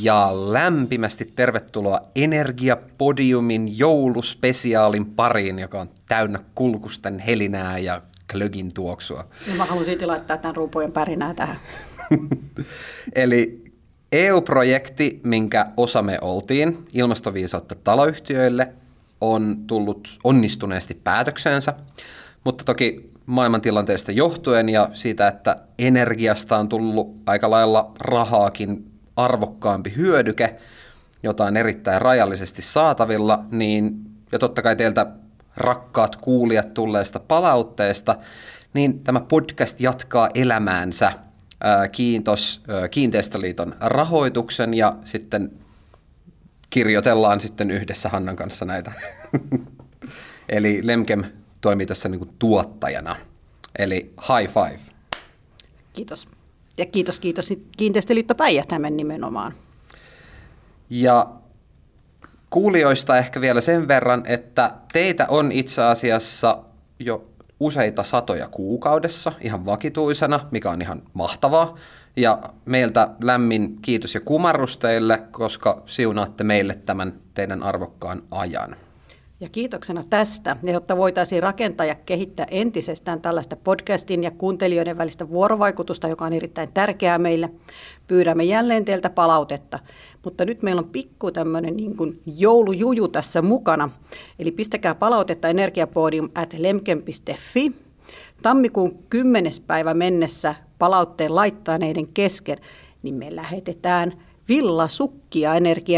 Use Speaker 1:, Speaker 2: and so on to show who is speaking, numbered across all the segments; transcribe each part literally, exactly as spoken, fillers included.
Speaker 1: ja lämpimästi tervetuloa Energiapodiumin jouluspesiaalin pariin, joka on täynnä kulkusten helinää ja glögin tuoksua.
Speaker 2: Ja mä haluan silti laittaa tämän ruupojen pärinää tähän.
Speaker 1: Eli E U-projekti, minkä osa me oltiin, ilmastoviisautta taloyhtiöille, on tullut onnistuneesti päätökseensä, mutta toki maailmantilanteesta johtuen ja siitä, että energiasta on tullut aika lailla rahaakin arvokkaampi hyödyke, jota on erittäin rajallisesti saatavilla, niin, ja totta kai teiltä rakkaat kuulijat tulleesta palautteesta, niin tämä podcast jatkaa elämäänsä. Kiitos Kiinteistöliiton rahoituksen ja sitten kirjoitellaan sitten yhdessä Hannan kanssa näitä. Eli Lemchem toimii tässä niin kuin tuottajana. Eli high five.
Speaker 2: Kiitos. Ja kiitos, kiitos Kiinteistöliitto Päijät-Hämeen nimenomaan.
Speaker 1: Ja kuulijoista ehkä vielä sen verran, että teitä on itse asiassa jo useita satoja kuukaudessa ihan vakituisena, mikä on ihan mahtavaa. Ja meiltä lämmin kiitos ja kumarrus teille, koska siunaatte meille tämän teidän arvokkaan ajan.
Speaker 2: Ja kiitoksena tästä, ja jotta voitaisiin rakentaa ja kehittää entisestään tällaista podcastin ja kuuntelijoiden välistä vuorovaikutusta, joka on erittäin tärkeää meille, pyydämme jälleen teiltä palautetta. Mutta nyt meillä on pikku tämmöinen niin kuin joulujuju tässä mukana. Eli pistäkää palautetta energiapodium at lemchem piste fi. Tammikuun kymmenes päivä mennessä palautteen laittaneiden kesken, niin me lähetetään villasukkia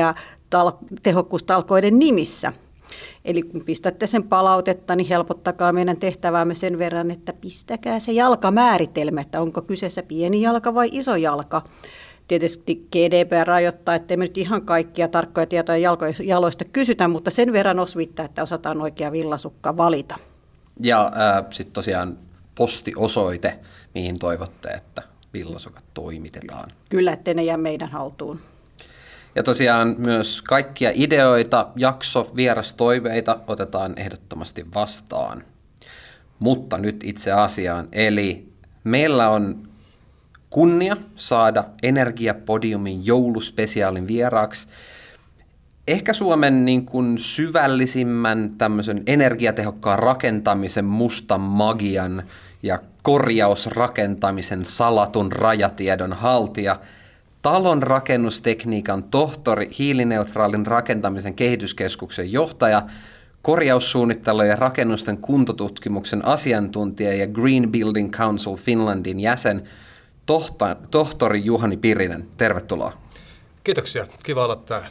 Speaker 2: energiatehokkuustalkoiden nimissä. Eli kun pistätte sen palautetta, niin helpottakaa meidän tehtäväämme sen verran, että pistäkää se jalkamääritelmä, että onko kyseessä pieni jalka vai iso jalka. Tietysti G D P R rajoittaa, ettei me nyt ihan kaikkia tarkkoja tietoja jaloista kysytä, mutta sen verran osvittaa, että osataan oikea villasukka valita.
Speaker 1: Ja äh, sitten tosiaan postiosoite, mihin toivotte, että villasukat toimitetaan.
Speaker 2: Kyllä, ettei ne jää meidän haltuun.
Speaker 1: Ja tosiaan myös kaikkia ideoita, jakso, vierastoiveita otetaan ehdottomasti vastaan. Mutta nyt itse asiaan, eli meillä on kunnia saada Energiapodiumin jouluspesiaalin vieraaksi ehkä Suomen niin kuin syvällisimmän tämmöisen energiatehokkaan rakentamisen mustan magian ja korjausrakentamisen salatun rajatiedon haltija, talon rakennustekniikan tohtori, hiilineutraalin rakentamisen kehityskeskuksen johtaja, korjaussuunnittelun ja rakennusten kuntotutkimuksen asiantuntija ja Green Building Council Finlandin jäsen, tohta, tohtori Juhani Pirinen. Tervetuloa.
Speaker 3: Kiitoksia. Kiva olla täällä.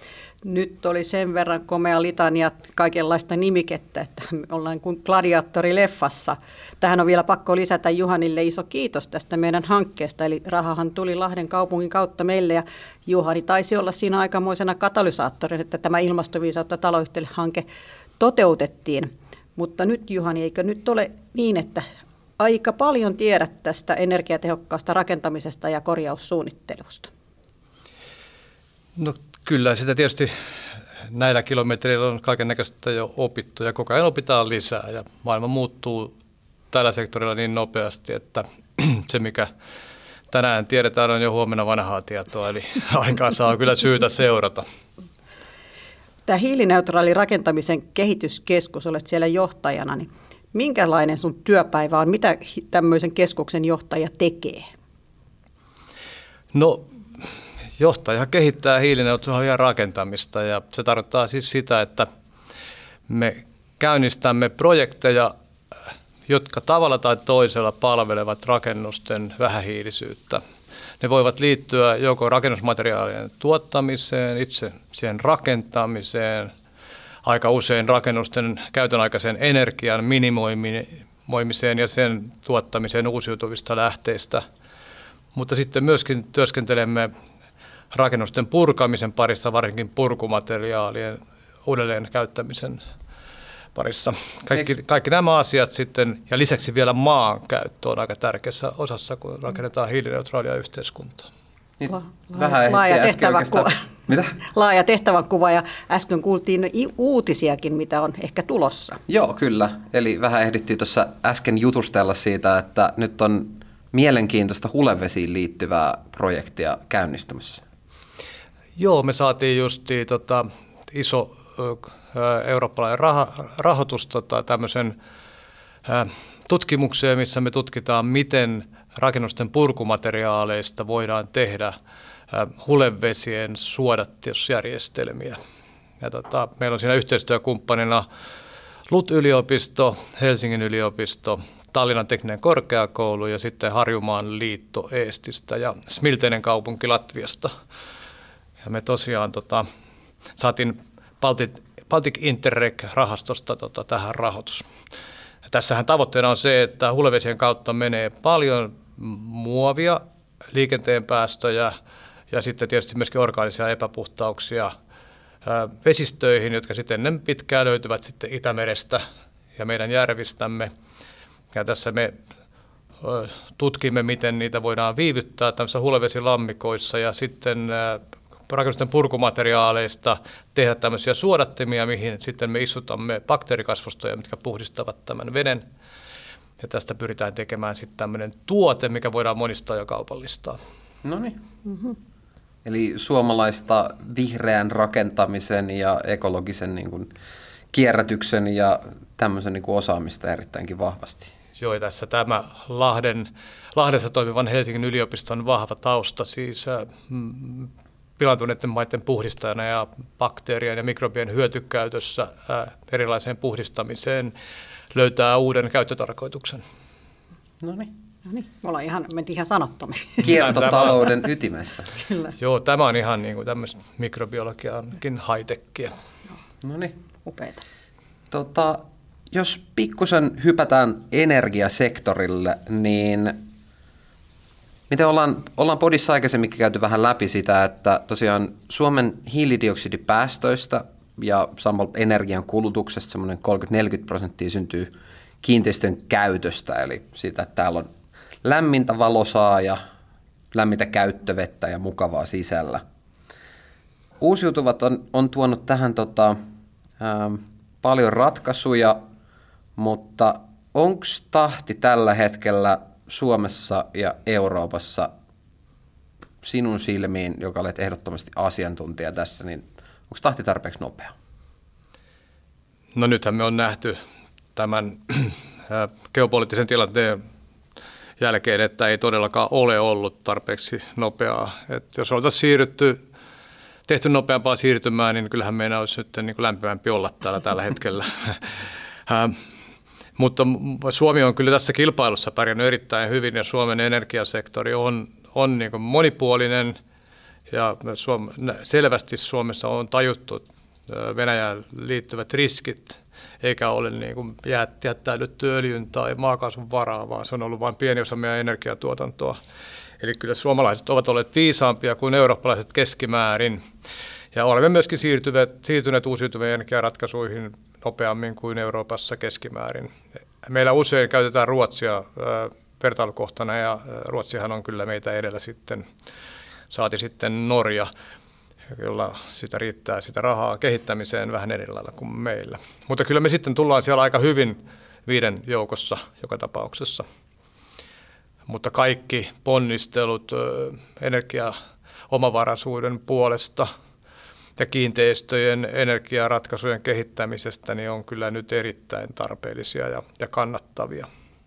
Speaker 2: Nyt oli sen verran komea litania kaikenlaista nimikettä, että me ollaan kuin gladiaattorileffassa. Tähän on vielä pakko lisätä Juhanille iso kiitos tästä meidän hankkeesta. Eli rahahan tuli Lahden kaupungin kautta meille ja Juhani taisi olla siinä aikamoisena katalysaattorin, että tämä ilmastoviisautta taloyhtiölle hanke toteutettiin. Mutta nyt Juhani, eikö nyt ole niin, että aika paljon tiedät tästä energiatehokkaasta rakentamisesta ja korjaussuunnittelusta?
Speaker 3: No kyllä, sitä tietysti näillä kilometreillä on kaikennäköistä jo opittu ja koko ajan opitaan lisää ja maailma muuttuu tällä sektorilla niin nopeasti, että se mikä tänään tiedetään on jo huomenna vanhaa tietoa, eli aikaa saa kyllä syytä seurata.
Speaker 2: Tämä hiilineutraali rakentamisen kehityskeskus, olet siellä johtajana, niin minkälainen sun työpäivä on, mitä tämmöisen keskuksen johtaja tekee?
Speaker 3: No johtaja kehittää hiilineutraalia rakentamista ja se tarkoittaa siis sitä, että me käynnistämme projekteja, jotka tavalla tai toisella palvelevat rakennusten vähähiilisyyttä. Ne voivat liittyä joko rakennusmateriaalien tuottamiseen, itse siihen rakentamiseen, aika usein rakennusten käytönaikaisen energian minimoimiseen ja sen tuottamiseen uusiutuvista lähteistä. Mutta sitten myöskin työskentelemme rakennusten purkamisen parissa, varsinkin purkumateriaalien uudelleen käyttämisen parissa. Kaikki, kaikki nämä asiat sitten, ja lisäksi vielä maankäyttö on aika tärkeässä osassa, kun rakennetaan hiilineutraalia yhteiskuntaa.
Speaker 1: Niin,
Speaker 2: La,
Speaker 1: vähän
Speaker 2: laaja, tehtävänkuva.
Speaker 1: Mitä?
Speaker 2: laaja tehtävänkuva, ja äsken kuultiin uutisiakin, mitä on ehkä tulossa.
Speaker 1: Joo, kyllä. Eli vähän ehdittiin tuossa äsken jutustella siitä, että nyt on mielenkiintoista hulevesiin liittyvää projektia käynnistämässä.
Speaker 3: Joo, me saatiin justiin tota, iso ö, eurooppalainen raha, rahoitus tota, tämmöisen ö, tutkimukseen, missä me tutkitaan, miten rakennusten purkumateriaaleista voidaan tehdä ö, hulevesien suodatusjärjestelmiä. Ja tota, meillä on siinä yhteistyökumppanina L U T-yliopisto, Helsingin yliopisto, Tallinnan tekninen korkeakoulu ja sitten Harjumaan liitto Eestistä ja Smilteinen kaupunki Latviasta. Ja me tosiaan tota, saatiin Baltic, Baltic Interreg-rahastosta tota, tähän rahoitus. Ja tässähän tavoitteena on se, että hulevesien kautta menee paljon muovia, liikenteen päästöjä ja sitten tietysti myöskin orgaanisia epäpuhtauksia ää, vesistöihin, jotka sitten ennen pitkään löytyvät sitten Itämerestä ja meidän järvistämme. Ja tässä me ö, tutkimme, miten niitä voidaan viivyttää tämmöisissä hulevesilammikoissa ja sitten ää, rakennusten purkumateriaaleista tehdä tämmöisiä suodattimia, mihin sitten me istutamme bakteerikasvustoja, mitkä puhdistavat tämän veden. Ja tästä pyritään tekemään sitten tämmöinen tuote, mikä voidaan monistaa ja kaupallistaa.
Speaker 1: No niin. Mm-hmm. Eli suomalaista vihreän rakentamisen ja ekologisen niin kuin, kierrätyksen ja tämmöisen niin kuin, osaamista erittäinkin vahvasti.
Speaker 3: Joo, tässä tämä Lahden, Lahdessa toimivan Helsingin yliopiston vahva tausta, siis mm, pilaantuneiden maiden puhdistajana ja bakteerien ja mikrobien hyötykäytössä ää, erilaiseen puhdistamiseen löytää uuden käyttötarkoituksen.
Speaker 2: No niin, no niin. Me ollaan ihan, mentiin ihan sanottomia.
Speaker 1: Kiertotalouden ytimessä.
Speaker 2: Kyllä.
Speaker 3: Joo, tämä on ihan niin kuin tämmöistä mikrobiologiankin high-techia.
Speaker 1: No niin.
Speaker 2: Upeita.
Speaker 1: Tota, jos pikkusen hypätään energiasektorille, niin miten ollaan, ollaan podissa aikaisemminkin käyty vähän läpi sitä, että tosiaan Suomen hiilidioksidipäästöistä ja samalla energian kulutuksesta semmoinen kolmekymmentä neljäkymmentä prosenttia syntyy kiinteistön käytöstä, eli siitä, että täällä on lämmintä valosaa ja lämmintä käyttövettä ja mukavaa sisällä. Uusiutuvat on, on tuonut tähän tota, ää, paljon ratkaisuja, mutta onko tahti tällä hetkellä Suomessa ja Euroopassa sinun silmiin, joka olet ehdottomasti asiantuntija tässä, niin onko tahti tarpeeksi nopea?
Speaker 3: No nythän me on nähty tämän geopoliittisen tilanteen jälkeen, että ei todellakaan ole ollut tarpeeksi nopeaa. Et jos oltaisiin siirrytty, tehty nopeampaa siirtymää, niin kyllähän meidän olisi nyt niin kuin lämpimämpi olla täällä tällä hetkellä. Mutta Suomi on kyllä tässä kilpailussa pärjännyt erittäin hyvin ja Suomen energiasektori on, on niin kuin monipuolinen ja Suom- selvästi Suomessa on tajuttu Venäjään liittyvät riskit, eikä ole niin kuin jättäydytty öljyn tai maakaasun varaa, vaan se on ollut vain pieni osa meidän energiatuotantoa. Eli kyllä suomalaiset ovat olleet viisaampia kuin eurooppalaiset keskimäärin ja olemme myöskin siirtyneet, siirtyneet uusiutuvien energiaratkaisuihin nopeammin kuin Euroopassa keskimäärin. Meillä usein käytetään Ruotsia äh, vertailukohtana ja Ruotsihan on kyllä meitä edellä sitten, saati sitten Norja, jolla sitä riittää sitä rahaa kehittämiseen vähän eri lailla kuin meillä. Mutta kyllä me sitten tullaan siellä aika hyvin viiden joukossa joka tapauksessa. Mutta kaikki ponnistelut äh, energiaomavaraisuuden puolesta ja kiinteistöjen energiaratkaisujen kehittämisestä niin on kyllä nyt erittäin tarpeellisia ja, ja kannattavia.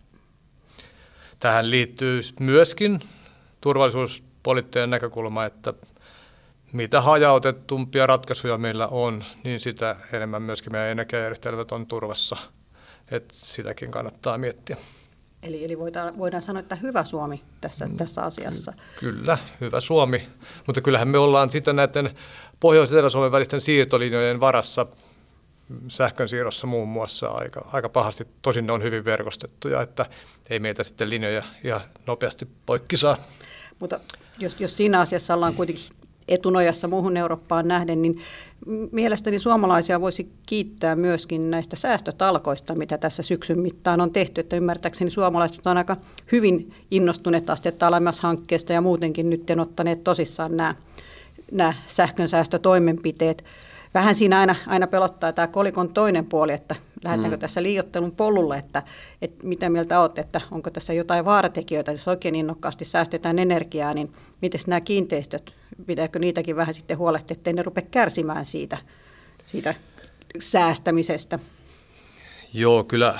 Speaker 3: Tähän liittyy myöskin turvallisuuspoliittinen näkökulma, että mitä hajautetumpia ratkaisuja meillä on, niin sitä enemmän myöskin meidän energiajärjestelmät on turvassa. Että sitäkin kannattaa miettiä.
Speaker 2: Eli, eli voidaan, voidaan sanoa, että hyvä Suomi tässä, tässä asiassa.
Speaker 3: Kyllä, hyvä Suomi. Mutta kyllähän me ollaan sitten näiden Pohjois- ja Etelä-Suomen välisten siirtolinjojen varassa sähkön siirrossa muun muassa aika, aika pahasti. Tosin ne on hyvin verkostettuja, että ei meitä sitten linjoja ihan nopeasti poikki saa.
Speaker 2: Mutta jos, jos siinä asiassa ollaan kuitenkin etunojassa muuhun Eurooppaan nähden, niin mielestäni suomalaisia voisi kiittää myöskin näistä säästötalkoista, mitä tässä syksyn mittaan on tehty. Että ymmärtääkseni suomalaiset on aika hyvin innostuneet Astetta alemmas -hankkeesta ja muutenkin nyt ottaneet tosissaan nämä, nämä sähkönsäästötoimenpiteet. vähän siinä aina, aina pelottaa tämä kolikon toinen puoli, että lähdetäänkö mm. tässä liioittelun polulle, että, että mitä mieltä olet, että onko tässä jotain vaaratekijöitä, jos oikein innokkaasti säästetään energiaa, niin miten nämä kiinteistöt, pitääkö niitäkin vähän sitten huolehtia, ettei ne rupea kärsimään siitä, siitä säästämisestä?
Speaker 3: Joo, kyllä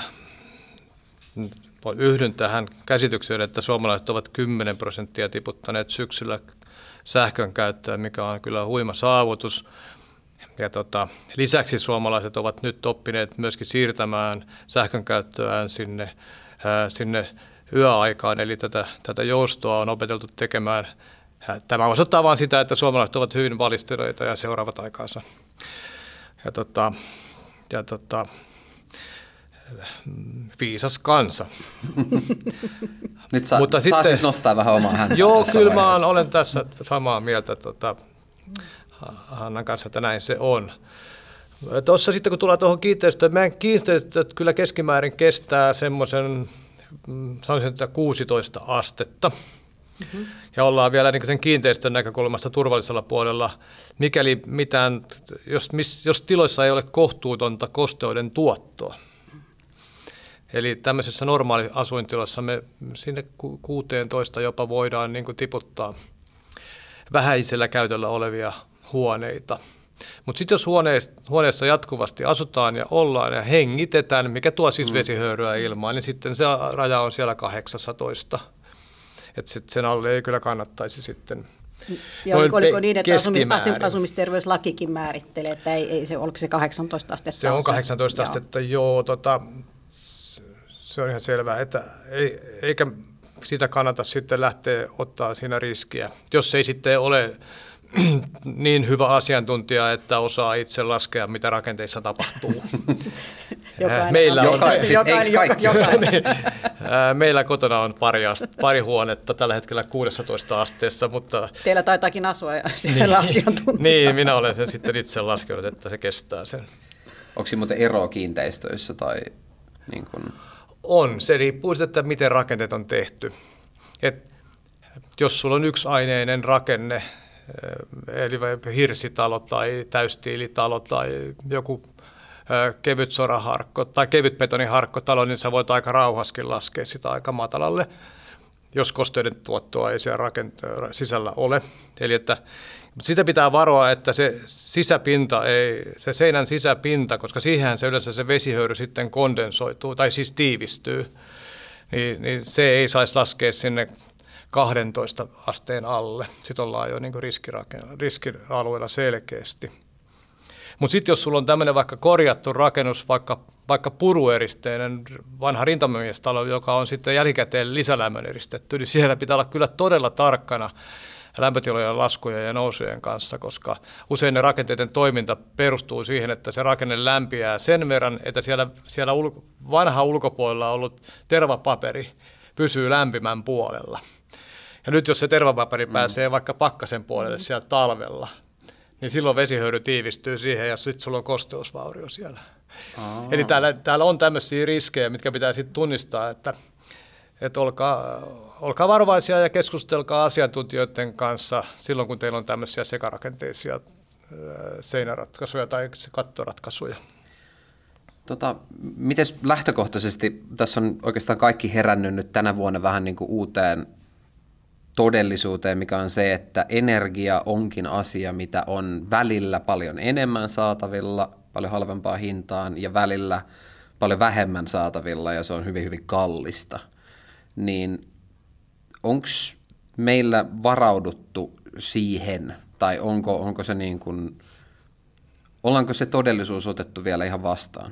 Speaker 3: yhdyn tähän käsitykseen, että suomalaiset ovat kymmenen prosenttia tiputtaneet syksyllä sähkön käyttöä, mikä on kyllä huima saavutus. Ja tota, lisäksi suomalaiset ovat nyt oppineet myöskin siirtämään sähkön käyttöään sinne, ää, sinne yöaikaan, eli tätä, tätä joustoa on opeteltu tekemään. Tämä osoittaa vain sitä, että suomalaiset ovat hyvin valistuneita ja seuraavat aikaansa. Ja tota, ja tota, viisas kansa.
Speaker 1: Nyt saa,
Speaker 3: Mutta
Speaker 1: saa
Speaker 3: sitten,
Speaker 1: siis nostaa vähän omaa häntä.
Speaker 3: Joo, kyllä mä olen tässä samaa mieltä tota, Hannan kanssa, että näin se on. Tuossa sitten kun tullaan tuohon kiinteistöön, meidän kiinteistöt kyllä keskimäärin kestää semmoisen, sanoisin, että kuusitoista astetta. Mm-hmm. Ja ollaan vielä niin sen kiinteistön näkökulmasta turvallisella puolella, mikäli mitään, jos, jos tiloissa ei ole kohtuutonta kosteuden tuottoa. Eli tämmöisessä normaali asuintilassa me sinne kuusitoista jopa voidaan niin kuin tiputtaa vähäisellä käytöllä olevia huoneita. Mutta sitten jos huone, huoneessa jatkuvasti asutaan ja ollaan ja hengitetään, mikä tuo siis mm. vesihöyryä ilmaan, niin sitten se raja on siellä kahdeksantoista. Että sitten sen alle ei kyllä kannattaisi sitten.
Speaker 2: Ja oliko, oliko niin, että asumis, asumisterveyslakikin määrittelee, että ei, ei se, oliko se kahdeksantoista astetta?
Speaker 3: Se on kahdeksantoista se, astetta, joo. joo tota, se on ihan selvää, että ei, eikä sitä kannata sitten lähteä ottaa siinä riskiä, jos ei sitten ole niin hyvä asiantuntija, että osaa itse laskea, mitä rakenteissa tapahtuu.
Speaker 2: Jokainen,
Speaker 3: meillä, on,
Speaker 1: jokainen, siis jokainen, jokainen, jokainen.
Speaker 3: meillä kotona on pari, pari huonetta tällä hetkellä kuusitoista asteessa, mutta...
Speaker 2: Teillä taitaakin asua siellä
Speaker 3: niin,
Speaker 2: asiantuntija.
Speaker 3: Niin, minä olen sen sitten itse laskenut, että se kestää sen.
Speaker 1: Onko siinä muuten eroa kiinteistöissä tai niin kuin...
Speaker 3: On, se riippuu siitä, että miten rakenteet on tehty. Et jos sulla on yksiaineinen rakenne, eli hirsitalo tai täystiilitalo tai joku kevyt soraharkko tai kevyt betoniharkkotalo, niin sä voit aika rauhaskin laskea sitä aika matalalle, jos kosteuden tuottoa ei siellä rakenteen sisällä ole. Eli että sitä pitää varoa, että se sisäpinta ei, se seinän sisäpinta, koska siihen se yleensä se vesihöyry sitten kondensoituu tai siis tiivistyy, niin, niin se ei saisi laskea sinne kahdentoista asteen alle. Sitten ollaan jo niin kuin riskialueella selkeästi. Mutta sitten jos sulla on tämmöinen vaikka korjattu rakennus, vaikka, vaikka purueristeinen vanha rintamamiestalo, joka on sitten jälkikäteen lisälämmön eristetty, niin siellä pitää olla kyllä todella tarkkana lämpötilojen laskujen ja nousujen kanssa, koska usein ne rakenteiden toiminta perustuu siihen, että se rakenne lämpiää sen verran, että siellä, siellä ul- vanha ulkopuolella ollut tervapaperi pysyy lämpimän puolella. Ja nyt jos se tervapaperi mm. pääsee vaikka pakkasen puolelle siellä talvella, niin silloin vesihöyry tiivistyy siihen ja sitten sulla on kosteusvaurio siellä. Aa. Eli täällä, täällä on tämmöisiä riskejä, mitkä pitää sitten tunnistaa, että, että olkaa, olkaa varovaisia ja keskustelkaa asiantuntijoiden kanssa silloin, kun teillä on tämmöisiä sekarakenteisia seinäratkaisuja tai kattoratkaisuja.
Speaker 1: Tota, miten lähtökohtaisesti, tässä on oikeastaan kaikki herännyt nyt tänä vuonna vähän niin kuin uuteen todellisuuteen, mikä on se, että energia onkin asia, mitä on välillä paljon enemmän saatavilla, paljon halvempaa hintaan ja välillä paljon vähemmän saatavilla ja se on hyvin, hyvin kallista. Niin onko meillä varauduttu siihen tai onko, onko se niin kuin, ollaanko se todellisuus otettu vielä ihan vastaan?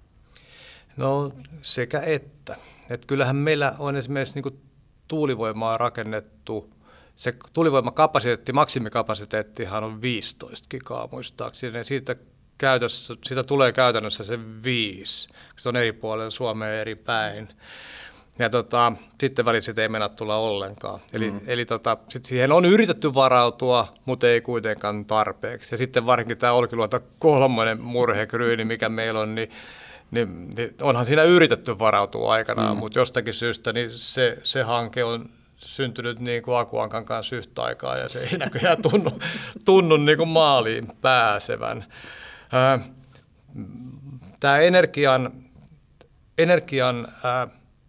Speaker 3: No sekä että. Et kyllähän meillä on esimerkiksi niin kuin tuulivoimaa rakennettu. Se tuulivoimakapasiteetti, maksimikapasiteettihan on viisitoista gigaa muistaakseni. Siitä, käytössä, siitä tulee käytännössä se viisi. Se on eri puolilla Suomea eri päin. Ja tota, sitten väliset ei mennä tulla ollenkaan. Eli, mm. eli tota, sit siihen on yritetty varautua, mutta ei kuitenkaan tarpeeksi. Ja sitten varsinkin tämä Olkiluoto kolmonen murhekryyni, mikä meillä on, niin Niin, niin onhan siinä yritetty varautua aikanaan, mm. mutta jostakin syystä niin se, se hanke on syntynyt niin kuin Akuankan kanssa yhtä aikaa ja se ei näköjään tunnu, tunnu niin kuin maaliin pääsevän. Tämä energian, energian ää,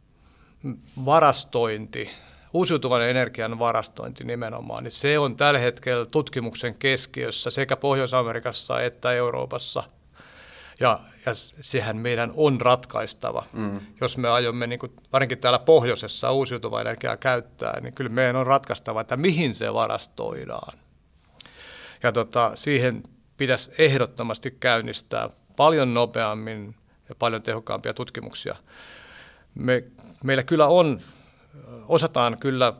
Speaker 3: varastointi, uusiutuvan energian varastointi nimenomaan, niin se on tällä hetkellä tutkimuksen keskiössä sekä Pohjois-Amerikassa että Euroopassa. Ja, ja sehän meidän on ratkaistava. Mm. Jos me aiomme, niin kuin, varsinkin täällä pohjoisessa, uusiutuvaa energiaa käyttää, niin kyllä meidän on ratkaistava, että mihin se varastoidaan. Ja tota, siihen pitäisi ehdottomasti käynnistää paljon nopeammin ja paljon tehokkaampia tutkimuksia. Me, meillä kyllä on, osataan kyllä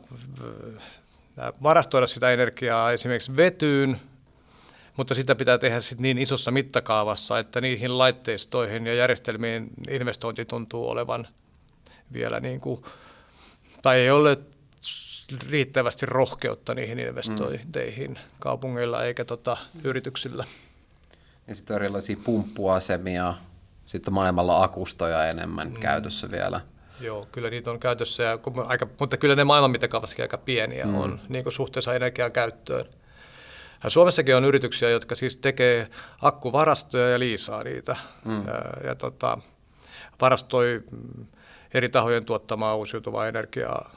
Speaker 3: varastoida sitä energiaa esimerkiksi vetyyn, mutta sitä pitää tehdä sit niin isossa mittakaavassa, että niihin laitteistoihin ja järjestelmiin investointi tuntuu olevan vielä niin kuin, tai ei ole riittävästi rohkeutta niihin investointeihin mm. kaupungeilla eikä tota, yrityksillä. Ja
Speaker 1: sitten on erilaisia pumppuasemia, sitten maailmalla akustoja enemmän mm. käytössä vielä.
Speaker 3: Joo, kyllä niitä on käytössä, ja, aika, mutta kyllä ne maailman mittakaavassakin aika pieniä mm. on niin kuin suhteessa energian käyttöön. Ja Suomessakin on yrityksiä, jotka siis tekee akkuvarastoja ja liisaa niitä mm. ja, ja tota, varastoi eri tahojen tuottamaa uusiutuvaa energiaa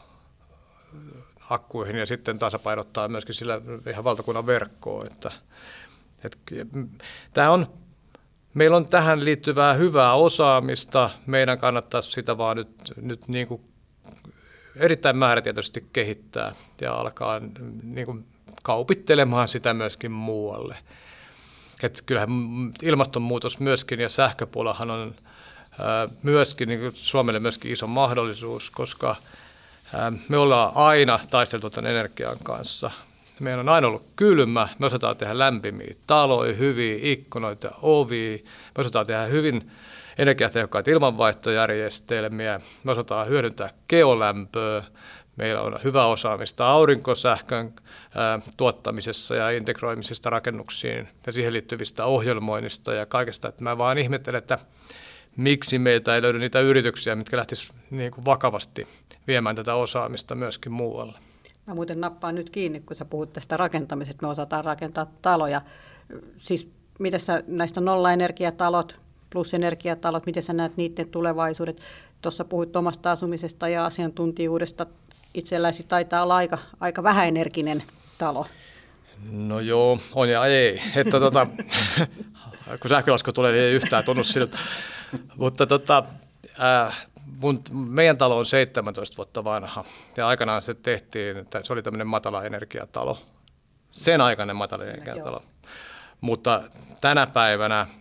Speaker 3: akkuihin ja sitten tasapainottaa myöskin sillä ihan valtakunnan verkkoon. Että, et, tää on, meillä on tähän liittyvää hyvää osaamista, meidän kannattaisi sitä vaan nyt, nyt niin kuin erittäin määrätietoisesti kehittää ja alkaa niin kuin kaupittelemaan sitä myöskin muualle. Et kyllähän ilmastonmuutos myöskin ja sähköpulahan on ää, myöskin niin kuin Suomelle myöskin iso mahdollisuus, koska ää, me ollaan aina taisteltu tämän energian kanssa. Meillä on aina ollut kylmä, me osataan tehdä lämpimiä taloja, hyviä ikkunoita, ovia, me osataan tehdä hyvin energiatehokkaita ilmanvaihtojärjestelmiä, me osataan hyödyntää geolämpöä, meillä on hyvä osaamista aurinkosähkön ää, tuottamisessa ja integroimisesta rakennuksiin ja siihen liittyvistä ohjelmoinnista ja kaikesta. Että mä vaan ihmettelen, että miksi meiltä ei löydy niitä yrityksiä, mitkä lähtisivät niin kuin vakavasti viemään tätä osaamista myöskin muualle.
Speaker 2: Mä muuten nappaan nyt kiinni, kun sä puhut tästä rakentamisesta, me osataan rakentaa taloja. Siis miten sä näistä nollaenergiatalot, plusenergiatalot, miten sä näet niiden tulevaisuudet? Tuossa puhuit omasta asumisesta ja asiantuntijuudesta. Itselläsi taitaa olla aika, aika vähäenerginen talo.
Speaker 3: No joo, on ja ei. Että tota, kun sähkölasku tulee, niin ei yhtään tunnu siltä. Mutta tota, äh, mun, meidän talo on seitsemäntoista vuotta vanha. Ja aikanaan se tehtiin, että se oli tämmöinen matala-energiatalo. Sen aikainen matala-energiatalo. Mutta tänä päivänä äh,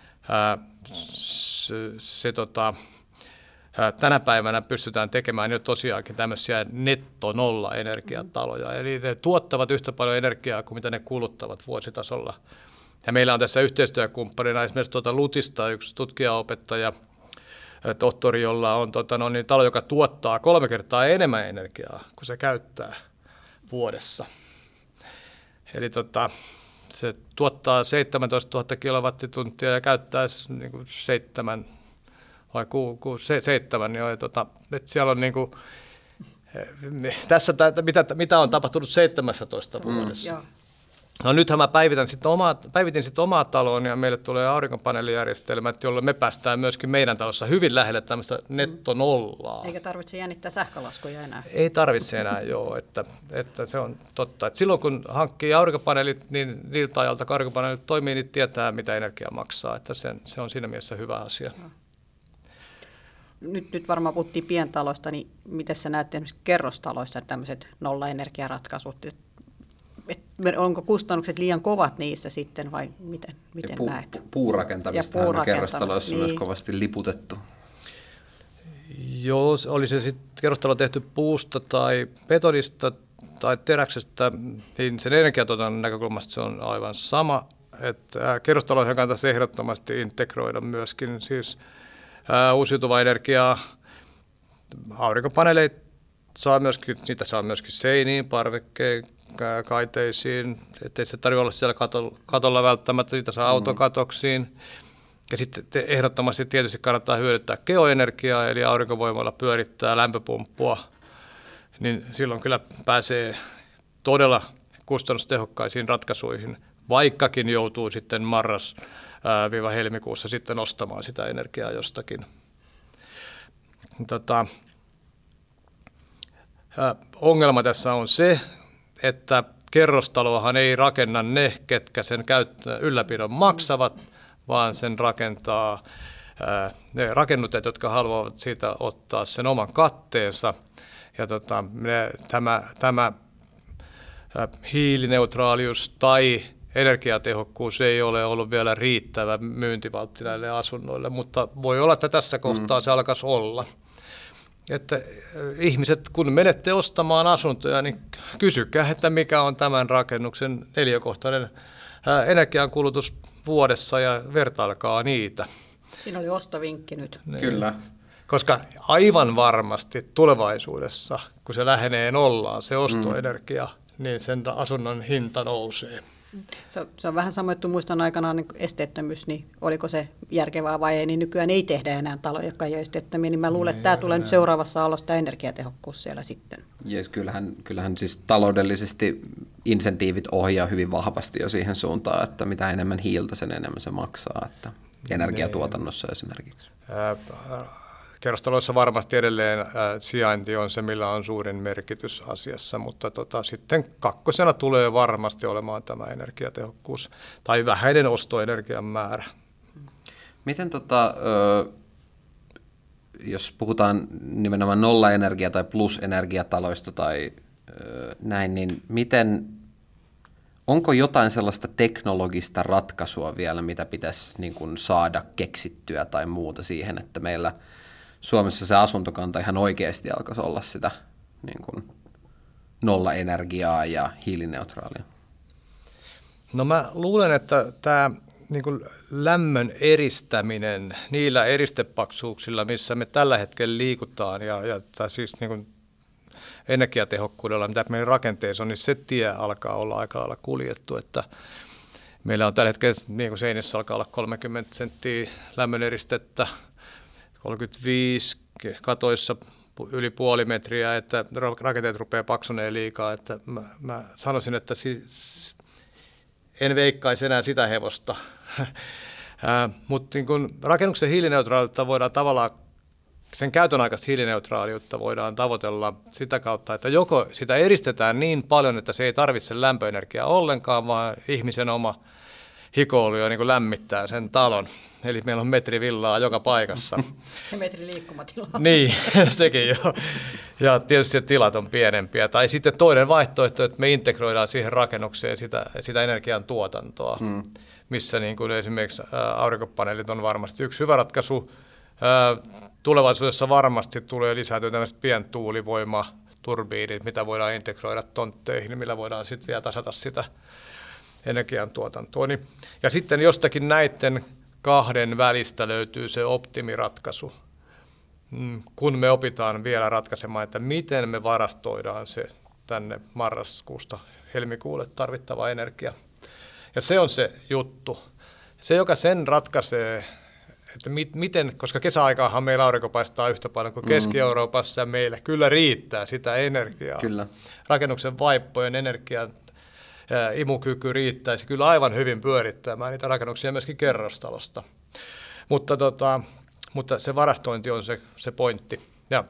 Speaker 3: se, se tota, tänä päivänä pystytään tekemään jo tosiaankin tämmöisiä netto-nolla-energiataloja. Eli ne tuottavat yhtä paljon energiaa kuin mitä ne kuluttavat vuositasolla. Ja meillä on tässä yhteistyökumppanina esimerkiksi tuota Lutista yksi tutkijaopettaja, tohtori, jolla on tota, no, niin, talo, joka tuottaa kolme kertaa enemmän energiaa kuin se käyttää vuodessa. Eli tota, se tuottaa seitsemäntoistatuhatta kilowattituntia ja käyttää niin kuin seitsemän vai ku, ku, se, seitsemän, niin on, tota, että siellä on niin kuin, tässä, mitä, mitä on tapahtunut seitsemässätoista vuodessa. Mm, no nythän mä päivitän sit omaa, päivitin sitten omaa taloon ja meille tulee aurinkopaneelijärjestelmät, jolla me päästään myöskin meidän talossa hyvin lähelle tämmöistä nettonollaa.
Speaker 2: Eikä tarvitse jännittää sähkölaskuja enää.
Speaker 3: Ei tarvitse enää, joo, että, että se on totta. Että silloin kun hankkii aurinkopaneelit, niin niiltä ajalta kun aurinkopaneelit toimii, niin tietää mitä energia maksaa, että se, se on siinä mielessä hyvä asia. No.
Speaker 2: Nyt, nyt varmaan puhuttiin pientaloista, niin miten sä näet esimerkiksi kerrostaloissa tämmöiset nollaenergiaratkaisut? Et, et, onko kustannukset liian kovat niissä sitten vai miten, miten
Speaker 1: pu,
Speaker 2: näet?
Speaker 1: Pu, puurakentamista on kerrostaloissa niin. Myös kovasti liputettu.
Speaker 3: Joo, oli se sitten kerrostalo tehty puusta tai betonista tai teräksestä, niin sen energiatuotannon näkökulmasta se on aivan sama. Että kerrostaloihin kannattaisi ehdottomasti integroida myöskin siis Uh, uusiutuvaa energiaa, aurinkopaneeleita saa myöskin, niitä saa myöskin seiniin, parvekkeen, kaiteisiin, ettei se tarvitse olla siellä katolla, katolla välttämättä, niitä saa mm-hmm. autokatoksiin. Ja sitten ehdottomasti tietysti kannattaa hyödyntää geoenergiaa, eli aurinkovoimalla pyörittää lämpöpumppua, niin silloin kyllä pääsee todella kustannustehokkaisiin ratkaisuihin, vaikkakin joutuu sitten marras viiva helmikuussa sitten ostamaan sitä energiaa jostakin. Tota, ää, ongelma tässä on se, että kerrostaloahan ei rakenna ne, ketkä sen käyttö, ylläpidon maksavat, vaan sen rakentaa ää, ne rakennuttajat, jotka haluavat siitä ottaa sen oman katteensa. Ja tota, ne, tämä, tämä ää, hiilineutraalius tai energiatehokkuus ei ole ollut vielä riittävä myyntivaltti näille asunnoille, mutta voi olla, että tässä kohtaa mm. se alkaisi olla. Että ihmiset, kun menette ostamaan asuntoja, niin kysykää, että mikä on tämän rakennuksen neliökohtainen energiankulutus vuodessa ja vertailkaa niitä.
Speaker 2: Siinä oli ostovinkki nyt.
Speaker 1: Niin. Kyllä.
Speaker 3: Koska aivan varmasti tulevaisuudessa, kun se lähenee nollaan, se ostoenergia, mm. niin sen asunnon hinta nousee.
Speaker 2: Se on, se on vähän sama, että muistan aikanaan niin esteettömyys, niin oliko se järkevää vai ei, niin nykyään ei tehdä enää taloja, jotka ei ole esteettömiä, niin mä luulen, että tämä tulee nyt seuraavassa alosta energiatehokkuus siellä sitten.
Speaker 1: Yes, kyllähän, kyllähän siis taloudellisesti insentiivit ohjaa hyvin vahvasti jo siihen suuntaan, että mitä enemmän hiiltä, sen enemmän se maksaa, että energiatuotannossa esimerkiksi.
Speaker 3: Kerrostaloissa varmasti edelleen sijainti on se, millä on suurin merkitys asiassa, mutta tota, sitten kakkosena tulee varmasti olemaan tämä energiatehokkuus tai vähäinen ostoenergian määrä.
Speaker 1: Miten tota, jos puhutaan nimenomaan nollaenergia- tai plusenergiataloista tai näin, niin miten, onko jotain sellaista teknologista ratkaisua vielä, mitä pitäisi niin kuin saada keksittyä tai muuta siihen, että meillä Suomessa se asuntokanta ihan oikeasti alkaisi olla sitä niin kuin nollaenergiaa ja hiilineutraalia? No mä
Speaker 3: luulen, että tämä niin kuin lämmön eristäminen niillä eristepaksuuksilla, missä me tällä hetkellä liikutaan, ja, ja tai siis niin kuin energiatehokkuudella, mitä meidän rakenteessa on, niin se tie alkaa olla aika lailla kuljettu, että meillä on tällä hetkellä niin kuin seinissä alkaa olla kolmekymmentä senttiä lämmön eristettä, kolmekymmentäviisi katoissa yli puoli metriä, että rakenteet rupeaa paksuneen liikaa. Että mä, mä sanoisin, että siis en veikkaisi enää sitä hevosta. Mutta niin kun rakennuksen hiilineutraaliutta voidaan tavallaan, sen käytön aikaista hiilineutraaliutta voidaan tavoitella sitä kautta, että joko sitä eristetään niin paljon, että se ei tarvitse lämpöenergiaa ollenkaan, vaan ihmisen oma hikoilu niin lämmittää sen talon. Eli meillä on metri villaa joka paikassa.
Speaker 2: Ja metri liikkumatilaa.
Speaker 3: Niin, sekin jo. Ja tietysti tilat on pienempiä. Tai sitten toinen vaihtoehto, että me integroidaan siihen rakennukseen sitä, sitä energian tuotantoa, hmm. missä niin kuin esimerkiksi aurinkopaneelit on varmasti yksi hyvä ratkaisu. Tulevaisuudessa varmasti tulee lisääntyä tämmöiset pientuulivoimaturbiinit, mitä voidaan integroida tontteihin, millä voidaan sitten vielä tasata sitä energiantuotantoa. Ja sitten jostakin näiden kahden välistä löytyy se optimiratkaisu, kun me opitaan vielä ratkaisemaan, että miten me varastoidaan se tänne marraskuusta helmikuulle tarvittava energia. Ja se on se juttu. Se, joka sen ratkaisee, että mit, miten, koska kesäaikaahan meillä aurinko paistaa yhtä paljon kuin Keski-Euroopassa, ja meillä kyllä riittää sitä energiaa. Kyllä. Rakennuksen vaippojen energian imukyky riittäisi kyllä aivan hyvin pyörittämään niitä rakennuksia myöskin kerrostalosta. Mutta, tota, mutta se varastointi on se, se pointti. Ja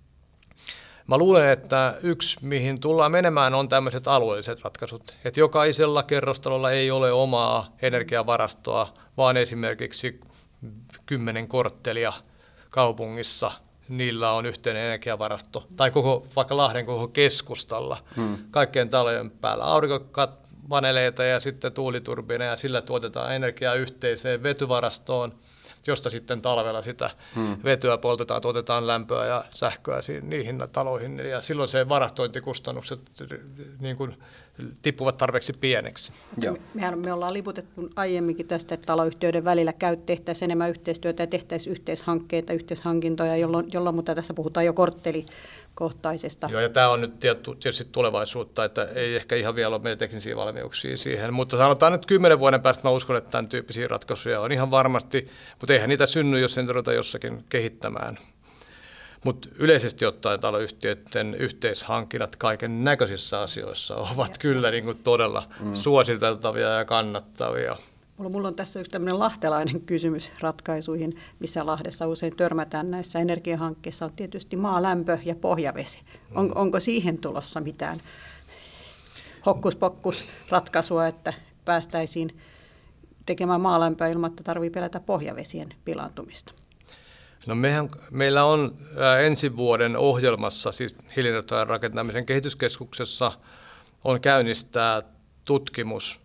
Speaker 3: mä luulen, että yksi, mihin tullaan menemään, on tämmöiset alueelliset ratkaisut. Että jokaisella kerrostalolla ei ole omaa energiavarastoa, vaan esimerkiksi kymmenen korttelia kaupungissa, niillä on yhteinen energiavarasto, tai koko, vaikka Lahden koko keskustalla, hmm. kaikkien talojen päällä aurinkopaneeleita ja sitten tuuliturbiineja, ja sillä tuotetaan energiaa yhteiseen vetyvarastoon, josta sitten talvella sitä hmm. vetyä poltetaan, tuotetaan lämpöä ja sähköä niihin taloihin, ja silloin se varastointikustannukset niin kuin tippuvat tarpeeksi pieneksi.
Speaker 2: Mehän me ollaan liputettu aiemminkin tästä, että taloyhtiöiden välillä käy, tehtäisiin enemmän yhteistyötä ja tehtäisiin yhteishankkeita, yhteishankintoja, jolloin, jolloin mutta tässä puhutaan jo korttelikohtaisesta.
Speaker 3: Joo, ja tämä on nyt tietysti tulevaisuutta, että ei ehkä ihan vielä ole meidän teknisiä valmiuksia siihen, mutta sanotaan nyt kymmenen vuoden päästä mä uskon, että tämän tyyppisiä ratkaisuja on ihan varmasti, mutta eihän niitä synny, jos sen ruveta jossakin kehittämään. Mutta yleisesti ottaen taloyhtiöiden yhteishankinnat kaiken näköisissä asioissa ovat ja. kyllä niin kuin todella mm. suositeltavia ja kannattavia.
Speaker 2: Mulla on tässä yksi tämmöinen lahtelainen kysymys ratkaisuihin, missä Lahdessa usein törmätään näissä energiahankkeissa, on tietysti maalämpö ja pohjavesi. On, onko siihen tulossa mitään hokkuspokkus ratkaisua, että päästäisiin tekemään maalämpöä ilman, että tarvitsee pelätä pohjavesien pilaantumista?
Speaker 3: No mehän, meillä on ää, ensi vuoden ohjelmassa, siis hiilineutraalin rakentamisen kehityskeskuksessa, on käynnistää tutkimus,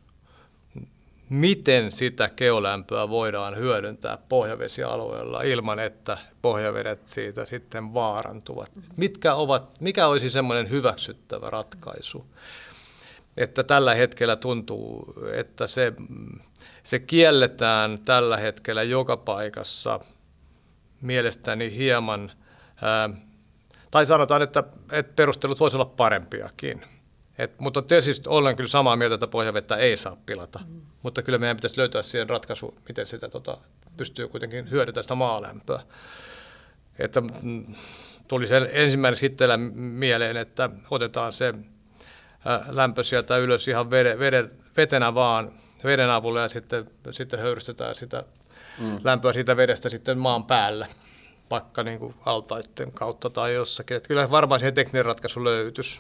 Speaker 3: miten sitä geolämpöä voidaan hyödyntää pohjavesialueella ilman, että pohjavedet siitä sitten vaarantuvat. Mitkä ovat, mikä olisi semmoinen hyväksyttävä ratkaisu? Että tällä hetkellä tuntuu, että se, se kielletään tällä hetkellä joka paikassa mielestäni hieman, ää, tai sanotaan, että, että perustelut voisivat olla parempiakin. Et, mutta tietysti olen kyllä samaa mieltä, että pohjavettä ei saa pilata, mm. mutta kyllä meidän pitäisi löytää siihen ratkaisu, miten sitä tota, pystyy kuitenkin hyödyntämään sitä maalämpöä. Että, mm, tuli se ensimmäinen hitteellä mieleen, että otetaan se ä, lämpö sieltä ylös ihan vede, vede, vetenä vaan, veden avulla ja sitten, sitten höyrystetään sitä mm. lämpöä siitä vedestä sitten maan päällä, vaikka niin kuin altaiden kautta tai jossakin. Et kyllä varmaan siihen tekninen ratkaisu löytyisi.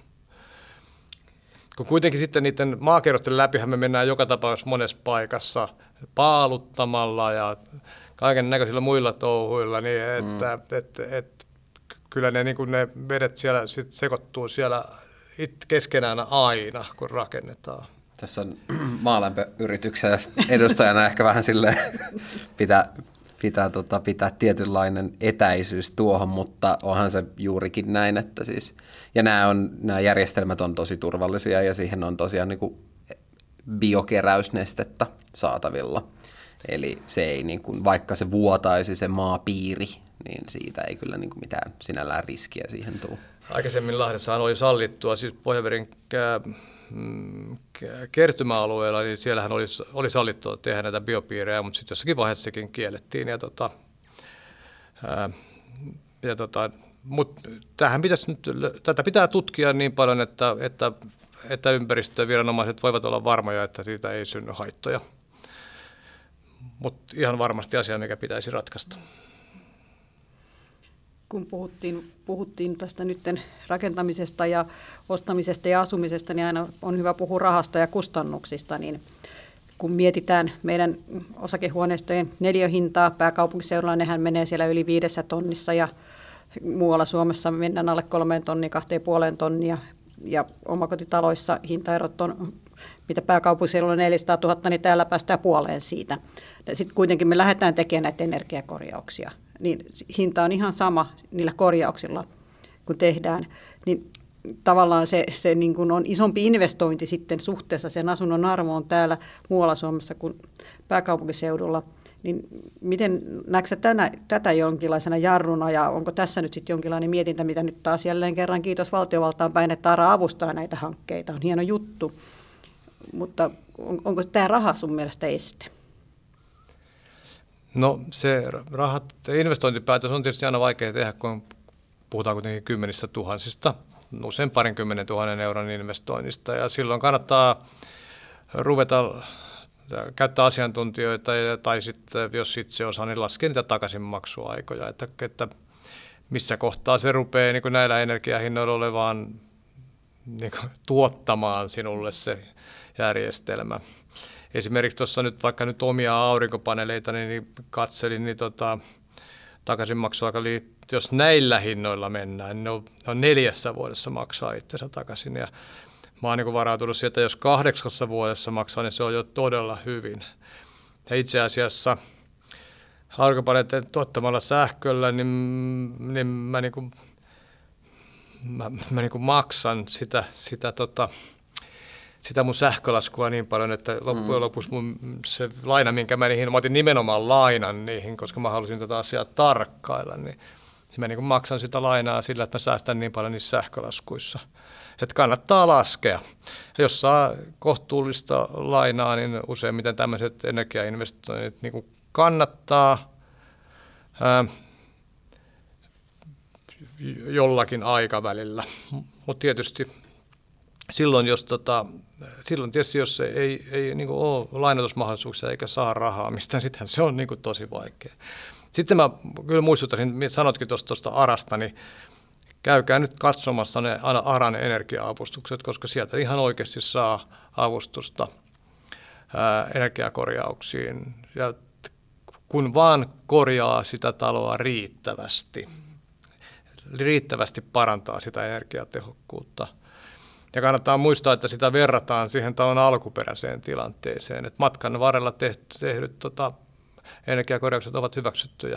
Speaker 3: Kun kuitenkin sitten niiden maakerrosten läpihän me mennään joka tapauksessa monessa paikassa paaluttamalla ja kaiken näköisillä muilla touhuilla, niin että mm. et, et, et, kyllä ne, niin ne vedet siellä sit sekoittuu siellä it, keskenään aina, kun rakennetaan.
Speaker 1: Tässä on maalämpöyrityksen edustajana ehkä vähän silleen pitää, pitää, tota, pitää tietynlainen etäisyys tuohon, mutta onhan se juurikin näin, että siis, ja nämä, on, nämä järjestelmät on tosi turvallisia ja siihen on tosiaan niin kuin biokeräysnestettä saatavilla. Eli se ei, niin kuin, vaikka se vuotaisi se maapiiri, niin siitä ei kyllä niin kuin mitään sinällään riskiä siihen tule.
Speaker 3: Aikaisemmin Lahdessahan oli sallittua, siis Pohjaveden kertymäalueella, niin siellähän oli, oli sallittua tehdä näitä biopiirejä, mutta sitten jossakin vaiheessa sekin kiellettiin. Ja tota, ää, ja tota, mut tämähän pitäisi nyt, tätä pitää tutkia niin paljon, että, että, että ympäristöviranomaiset voivat olla varmoja, että siitä ei synny haittoja. Mutta ihan varmasti asia, mikä pitäisi ratkaista.
Speaker 2: Kun puhuttiin, puhuttiin tästä nytten rakentamisesta ja ostamisesta ja asumisesta, niin aina on hyvä puhua rahasta ja kustannuksista. Niin kun mietitään meidän osakehuoneistojen neliöhintaa, pääkaupunkiseudulla nehän menee siellä yli viidessä tonnissa ja muualla Suomessa mennään alle kolmeen tonnia, kahteen puoleen tonnia. Ja omakotitaloissa hintaerot on, mitä pääkaupunkiseudulla on neljäsataatuhatta, niin täällä päästään puoleen siitä. Sitten kuitenkin me lähdetään tekemään näitä energiakorjauksia. Niin hinta on ihan sama niillä korjauksilla, kun tehdään. Niin tavallaan se, se niin kuin on isompi investointi sitten suhteessa sen asunnon arvoon täällä muualla Suomessa kuin pääkaupunkiseudulla. Niin miten näetkö tänä, tätä jonkinlaisena jarruna ja onko tässä nyt sitten jonkinlainen mietintä, mitä nyt taas jälleen kerran kiitos valtiovaltaan päin, että ARA avustaa näitä hankkeita, on hieno juttu, mutta on, onko tämä raha sun mielestä este?
Speaker 3: No se rahat, investointipäätös on tietysti aina vaikea tehdä, kun puhutaan kuitenkin kymmenistä tuhansista, usein parinkymmenen tuhannen euron investoinnista ja silloin kannattaa ruveta käyttää asiantuntijoita tai sitten, jos itse osaa, niin laskee niitä takaisinmaksuaikoja, että, että missä kohtaa se rupeaa niin kuin näillä energiahinnoilla olevaan niin kuin tuottamaan sinulle se järjestelmä. Esimerkiksi tuossa nyt vaikka nyt omia aurinkopaneeleita, niin katselin, niin tota, takaisinmaksuaika, jos näillä hinnoilla mennään, niin ne on, ne on neljässä vuodessa maksaa itsensä takaisin. Ja mä oon niin varautunut siihen, että jos kahdeksassa vuodessa maksaa, niin se on jo todella hyvin. Ja itse asiassa aurinkopaneeleiden tuottamalla sähköllä, niin, niin mä, niin kuin, mä, mä niin kuin maksan sitä, sitä, tota, sitä mun sähkölaskua niin paljon, että loppujen lopuksi mun, se laina, minkä mä niihin, mä otin nimenomaan lainan niihin, koska mä halusin tätä asiaa tarkkailla, niin mä niin kuin maksan sitä lainaa sillä, että mä säästän niin paljon niissä sähkölaskuissa. Että kannattaa laskea. Jos saa kohtuullista lainaa, niin useimmiten tämmöiset energiainvestoinnit niin kuin kannattaa ää, jollakin aikavälillä. Mutta tietysti silloin, jos tota, silloin tietysti, jos ei, ei, ei niin kuin ole lainoitusmahdollisuuksia eikä saa rahaa mistään, sittenhän se on niin kuin tosi vaikea. Sitten mä kyllä muistuttaisin, sanotkin tuosta ARAsta, niin käykää nyt katsomassa ne ARAn energia-avustukset, koska sieltä ihan oikeasti saa avustusta ää, energiakorjauksiin. Ja kun vaan korjaa sitä taloa riittävästi, riittävästi parantaa sitä energiatehokkuutta. Ja kannattaa muistaa, että sitä verrataan siihen talon alkuperäiseen tilanteeseen. Et matkan varrella tehty, tehdyt tota, energiakorjaukset ovat hyväksyttyjä.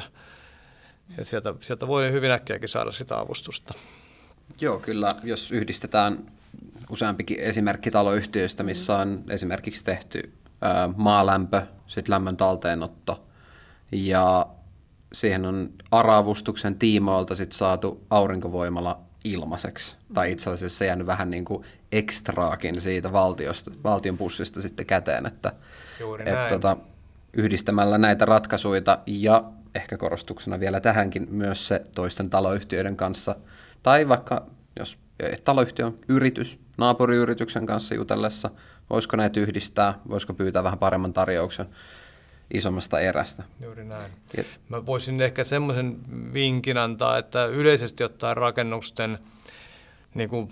Speaker 3: Ja sieltä, sieltä voi hyvin äkkiäkin saada sitä avustusta.
Speaker 1: Joo, kyllä. Jos yhdistetään useampikin esimerkki taloyhtiöistä, missä on esimerkiksi tehty ää, maalämpö, sitten lämmön talteenotto, ja siihen on ARA-avustuksen tiimoilta sit saatu aurinkovoimala ilmaiseksi. Mm. Tai itse asiassa jäänyt vähän niin kuin ekstraakin siitä valtiosta, valtion pussista sitten käteen, että et, tota, yhdistämällä näitä ratkaisuja ja ehkä korostuksena vielä tähänkin myös se toisten taloyhtiöiden kanssa, tai vaikka jos taloyhtiö on yritys, naapuriyrityksen kanssa jutellessa, voisiko näitä yhdistää, voisiko pyytää vähän paremman tarjouksen isommasta erästä.
Speaker 3: Juuri näin. Ja mä voisin ehkä semmoisen vinkin antaa, että yleisesti ottaen rakennusten niin kuin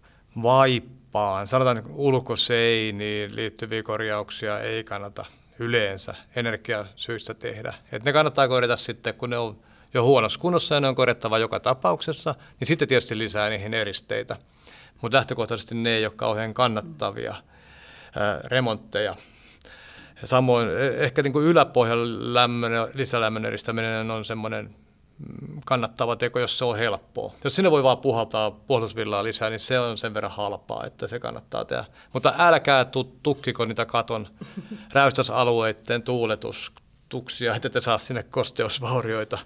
Speaker 3: vaippaan, sanotaan niin ulkoseiniin liittyviä korjauksia ei kannata yleensä energiasyistä tehdä. Et ne kannattaa korjata sitten, kun ne on jo huonossa kunnossa ja ne on korjattava joka tapauksessa, niin sitten tietysti lisää niihin eristeitä. Mutta lähtökohtaisesti ne ei ole kauhean kannattavia ää, remontteja. Ja samoin ehkä niin kuin yläpohjan lämmön ja lisälämmön eristäminen on semmoinen kannattava teko, jos se on helppoa. Jos sinne voi vaan puhaltaa puolustusvillaa lisää, niin se on sen verran halpaa, että se kannattaa tehdä. Mutta älkää tukkiko niitä katon räystäsalueiden tuuletustuksia, että te saa sinne kosteusvaurioita.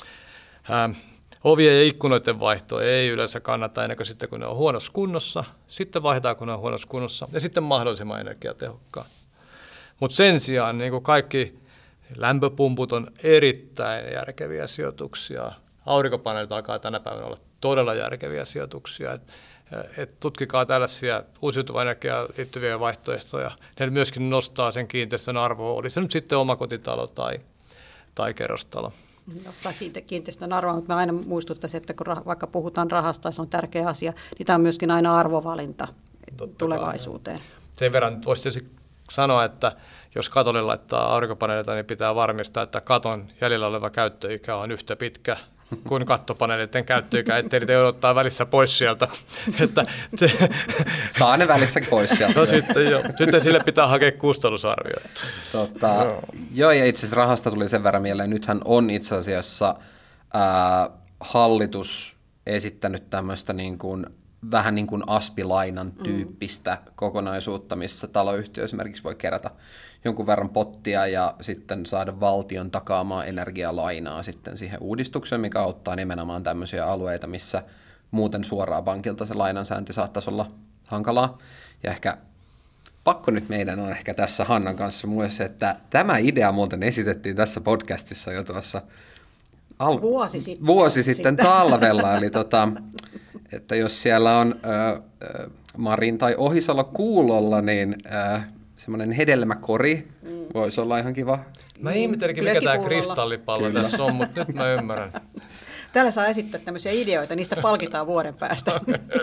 Speaker 3: Ähm, ovien ja ikkunoiden vaihto ei yleensä kannata ennen kuin sitten, kun ne on huonossa kunnossa. Sitten vaihdetaan, kun ne on huonossa kunnossa. Ja sitten mahdollisimman energiatehokkaan. Mutta sen sijaan niin kuin kaikki lämpöpumput on erittäin järkeviä sijoituksia. Aurinkopaneelit alkaa tänä päivänä olla todella järkeviä sijoituksia. Et, et tutkikaa tällaisia uusiutuvaan energiaan liittyviä vaihtoehtoja. Ne myöskin nostaa sen kiinteistön arvoa, oli se nyt sitten omakotitalo tai, tai kerrostalo.
Speaker 2: Nostaa kiinteistön arvoa, mutta mä aina muistuttaisin, että kun vaikka puhutaan rahasta, se on tärkeä asia, niin tämä on myöskin aina arvovalinta Totta tulevaisuuteen. Kai.
Speaker 3: Sen verran voisi tietysti sanoa, että jos katolle laittaa aurinkopaneelita, niin pitää varmistaa, että katon jäljellä oleva käyttöikä on yhtä pitkä kuin kattopaneeliten käyttöikä, ettei niitä odottaa välissä pois sieltä. Että te...
Speaker 1: Saa ne välissä pois sieltä.
Speaker 3: No sitten, jo. sitten sille pitää hakea kustannusarvio.
Speaker 1: Tota, joo. joo, ja itse asiassa rahasta tuli sen verran mieleen. Nythän on itse asiassa ää, hallitus esittänyt tämmöistä niin kuin vähän niin kuin aspilainan tyyppistä mm. kokonaisuutta, missä taloyhtiö esimerkiksi voi kerätä jonkun verran pottia ja sitten saada valtion takaamaan energialainaa sitten siihen uudistukseen, mikä auttaa nimenomaan tämmöisiä alueita, missä muuten suoraan pankilta se lainansäänti saattaisi olla hankalaa. Ja ehkä pakko nyt meidän on ehkä tässä Hannan kanssa myös se, että tämä idea muuten esitettiin tässä podcastissa jo tuossa al-
Speaker 2: vuosi sitten,
Speaker 1: vuosi sitten talvella, eli tota... että jos siellä on äh, Marin tai Ohisalo kuulolla, niin äh, semmoinen hedelmäkori mm. voisi olla ihan kiva.
Speaker 3: Mä ihmettelinkin, mikä tämä kristallipallo Kyllä. tässä on, mutta nyt mä ymmärrän.
Speaker 2: Täällä saa esittää tämmöisiä ideoita, niistä palkitaan vuoden päästä.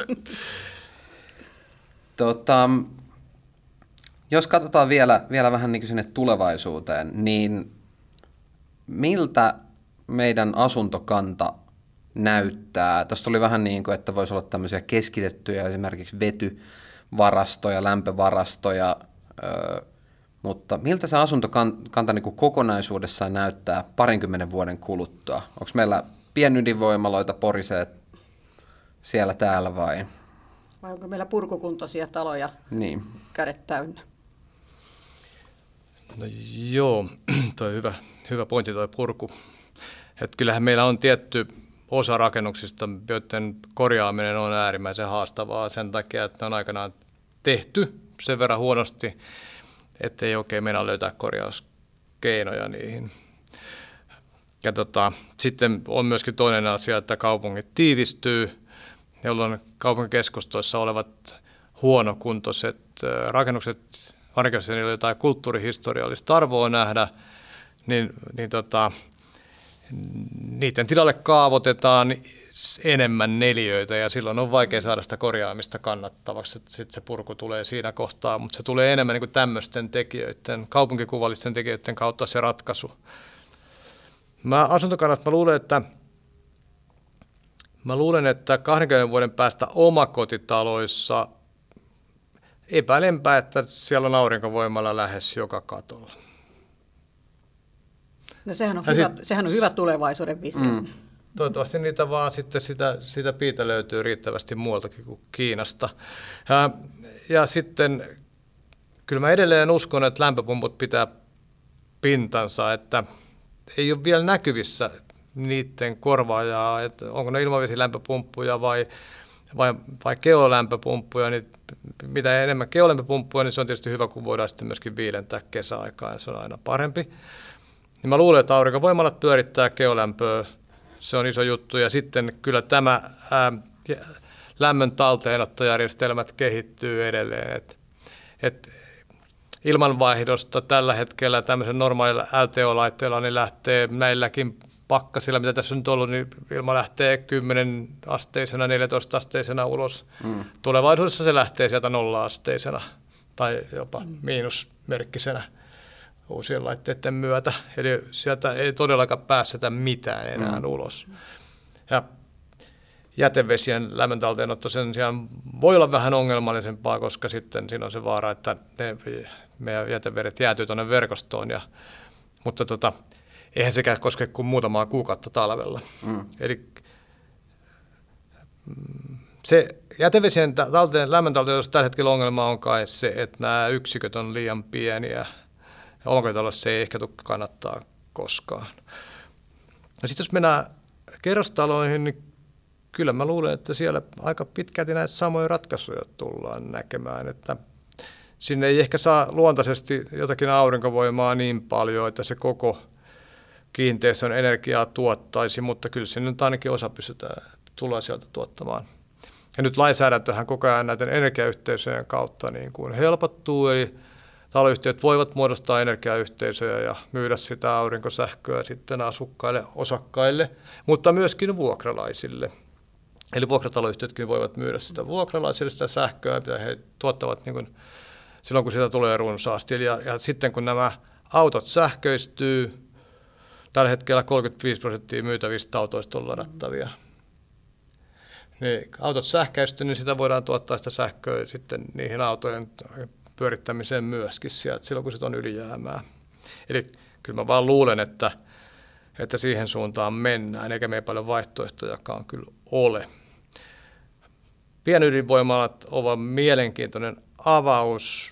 Speaker 1: tota, jos katsotaan vielä, vielä vähän niin kuin sinne tulevaisuuteen, niin miltä meidän asuntokanta näyttää? Tuosta oli vähän niin kuin, että voisi olla tämmöisiä keskitettyjä esimerkiksi vetyvarastoja, lämpövarastoja, öö, mutta miltä se asuntokanta niin kuin kokonaisuudessaan näyttää parinkymmenen vuoden kuluttua? Onko meillä pienydinvoimaloita porisee siellä täällä vai?
Speaker 2: Vai onko meillä purkukuntoisia taloja
Speaker 1: niin.
Speaker 2: kädet täynnä?
Speaker 3: No joo, toi hyvä, hyvä pointti toi purku. Et kyllähän meillä on tietty osa rakennuksista, joiden korjaaminen on äärimmäisen haastavaa sen takia, että ne on aikanaan tehty sen verran huonosti, ettei oikein mennä löytää korjauskeinoja niihin. Ja tota, sitten on myöskin toinen asia, että kaupungit tiivistyy, jolloin kaupunkikeskustoissa olevat huonokuntoiset rakennukset, ainakin jos niillä on jotain kulttuurihistoriallista arvoa nähdä, niin, niin tota, niiden tilalle kaavoitetaan enemmän neliöitä ja silloin on vaikea saada sitä korjaamista kannattavaksi. Sitten se purku tulee siinä kohtaa, mutta se tulee enemmän niin kuin tämmöisten tekijöiden, kaupunkikuvallisten tekijöiden kautta se ratkaisu. Mä asuntokannasta mä luulen, että Mä luulen, että kahdenkymmenen vuoden päästä omakotitaloissa epäilenpä, että siellä on aurinkovoimalla lähes joka katolla.
Speaker 2: No sehän on, hyvä, sit, sehän on hyvä tulevaisuuden visio. Mm.
Speaker 3: Toivottavasti niitä vaan sitten sitä, sitä piitä löytyy riittävästi muualtakin kuin Kiinasta. Ja, ja sitten kyllä mä edelleen uskon, että lämpöpumput pitää pintansa, että ei ole vielä näkyvissä niiden korvaajaa, että onko ne ilmavesilämpöpumppuja vai, vai, vai geolämpöpumppuja, niin mitä enemmän geolämpöpumppuja, niin se on tietysti hyvä, kun voidaan sitten myöskin viilentää kesäaikaan, se on aina parempi. Niin mä luulen, että aurinkovoimalat pyörittää geolämpöä, se on iso juttu, ja sitten kyllä tämä ää, lämmön talteenottojärjestelmät kehittyy edelleen, että et ilmanvaihdosta tällä hetkellä tämmöisen normaalilla L T O-laitteella niin lähtee näilläkin pakkasilla, mitä tässä on nyt ollut, niin ilma lähtee kymmenen asteisena, neljätoista asteisena ulos. Mm. Tulevaisuudessa se lähtee sieltä nolla asteisena tai jopa mm. miinusmerkkisenä uusien laitteiden myötä. Eli sieltä ei todellakaan päästetä mitään enää mm. ulos. Ja jätevesien lämmöntalteenotto sen sijaan voi olla vähän ongelmallisempaa, koska sitten siinä on se vaara, että ne meidän jätevedet jäätyy tuonne verkostoon. Ja, mutta tota, eihän sekään koske kuin muutamaa kuukautta talvella. Mm. Eli se jätevesien talteen, lämmöntalteenotto tällä hetkellä ongelma on kai se, että nämä yksiköt on liian pieniä. Omakotitalossa se ei ehkä tule kannattaa koskaan. No sitten jos mennään kerrostaloihin, niin kyllä mä luulen, että siellä aika pitkälti näitä samoja ratkaisuja tullaan näkemään, että sinne ei ehkä saa luontaisesti jotakin aurinkovoimaa niin paljon, että se koko kiinteistön energiaa tuottaisi, mutta kyllä sinne nyt ainakin osa pystytään tulla sieltä tuottamaan. Ja nyt lainsäädäntöhän koko ajan näiden energiayhteisöjen kautta niin kuin helpottuu, eli taloyhtiöt voivat muodostaa energiayhteisöjä ja myydä sitä aurinkosähköä sitten asukkaille, osakkaille, mutta myöskin vuokralaisille. Eli vuokrataloyhtiötkin voivat myydä sitä vuokralaisille sitä sähköä, mitä he tuottavat niin kuin silloin, kun sitä tulee runsaasti. Ja, ja sitten kun nämä autot sähköistyy, tällä hetkellä kolmekymmentäviisi prosenttia myytävistä autoista on ladattavia. Niin autot sähköistyy, niin sitä voidaan tuottaa sitä sähköä sitten niihin autojen pyörittämiseen myöskin sieltä, silloin kun se on ylijäämää. Eli kyllä mä vaan luulen, että, että siihen suuntaan mennään, eikä meillä paljon vaihtoehtojakaan kyllä ole. Pienydinvoimalat ovat mielenkiintoinen avaus.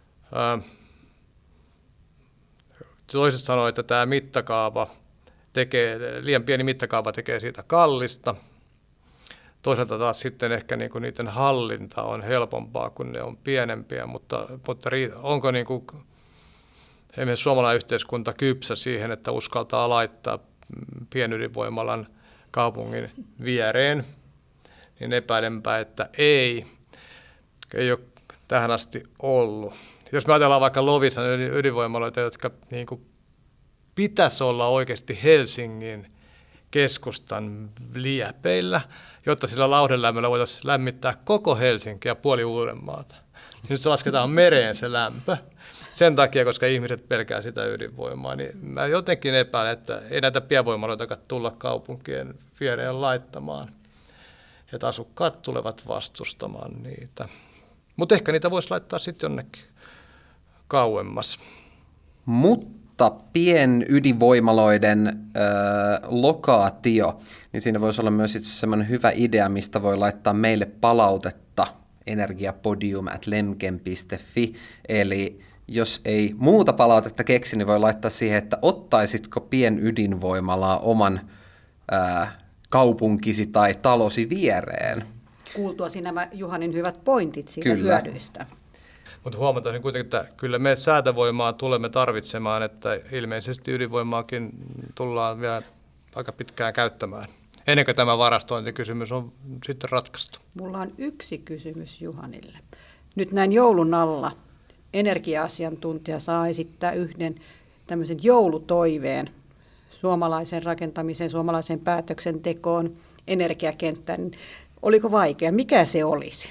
Speaker 3: Toiset sanoo, että tämä mittakaava tekee, liian pieni mittakaava tekee siitä kallista. Toisaalta taas sitten ehkä niinku niiden hallinta on helpompaa, kun ne on pienempiä, mutta, mutta onko niinku esimerkiksi suomalainen yhteiskunta kypsä siihen, että uskaltaa laittaa pienydinvoimalan kaupungin viereen, niin epäilenpä, että ei. Ei ole tähän asti ollut. Jos me ajatellaan vaikka Loviisan ydinvoimaloita, jotka niinku pitäisi olla oikeasti Helsingin keskustan liepeillä, jotta sillä lauhdelämmöllä voitaisiin lämmittää koko Helsinki ja puoli Uudenmaata. Niin se lasketaan mereen se lämpö. Sen takia, koska ihmiset pelkää sitä ydinvoimaa, niin mä jotenkin epäilen, että ei näitä pienvoimaloita tulla kaupunkien viereen laittamaan. Että asukkaat tulevat vastustamaan niitä. Mutta ehkä niitä voisi laittaa sitten jonnekin kauemmas.
Speaker 1: Mutta pienydinvoimaloiden äh, lokaatio, niin siinä voisi olla myös itse semmoinen hyvä idea, mistä voi laittaa meille palautetta energiapodium at lemken piste fi. Eli jos ei muuta palautetta keksi, niin voi laittaa siihen, että ottaisitko pienydinvoimalaa oman äh, kaupunkisi tai talosi viereen.
Speaker 2: Kuultuasi nämä Juhanin hyvät pointit siitä
Speaker 1: Kyllä.
Speaker 2: hyödyistä.
Speaker 3: Mutta huomataan kuitenkin, että kyllä me säätövoimaa tulemme tarvitsemaan, että ilmeisesti ydinvoimaakin tullaan vielä aika pitkään käyttämään. Ennen kuin tämä varastointikysymys on sitten ratkaistu.
Speaker 2: Mulla on yksi kysymys Juhanille. Nyt näin joulun alla energia-asiantuntija saa esittää yhden tämmöisen joulutoiveen suomalaisen rakentamiseen, suomalaisen päätöksentekoon, energiakenttään. Oliko vaikea? Mikä se olisi?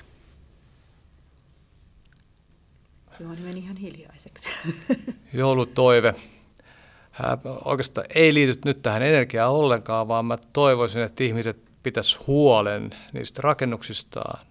Speaker 2: Juhani meni ihan hiljaiseksi.
Speaker 3: Joulutoive. Oikeastaan ei liity nyt tähän energiaan ollenkaan, vaan mä toivoisin, että ihmiset pitäisi huolen niistä rakennuksistaan,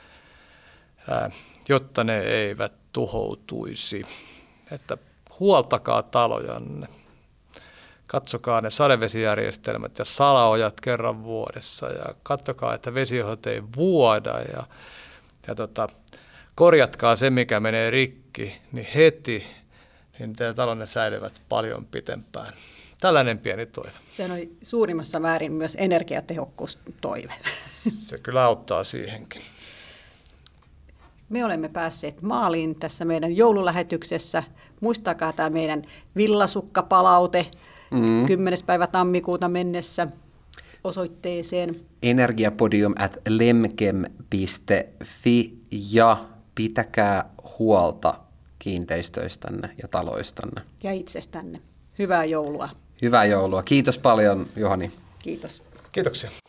Speaker 3: jotta ne eivät tuhoutuisi. Että huoltakaa talojanne. Katsokaa ne sadevesijärjestelmät ja salaojat kerran vuodessa ja katsokaa, että vesijohdot ei vuoda ja, ja tota, korjatkaa se, mikä menee rikki, niin heti niin teidän talonne säilyvät paljon pitempään. Tällainen pieni toive.
Speaker 2: Se on suurimmassa määrin myös energiatehokkuustoive.
Speaker 3: Se kyllä auttaa siihenkin.
Speaker 2: Me olemme päässeet maaliin tässä meidän joululähetyksessä. Muistakaa tämä meidän villasukkapalaute mm. kymmenes päivä tammikuuta mennessä osoitteeseen
Speaker 1: energiapodium at lemkem piste fi ja pitäkää huolta kiinteistöistänne ja taloistanne.
Speaker 2: Ja itsestänne. Hyvää joulua.
Speaker 1: Hyvää joulua. Kiitos paljon, Juhani.
Speaker 2: Kiitos.
Speaker 3: Kiitoksia.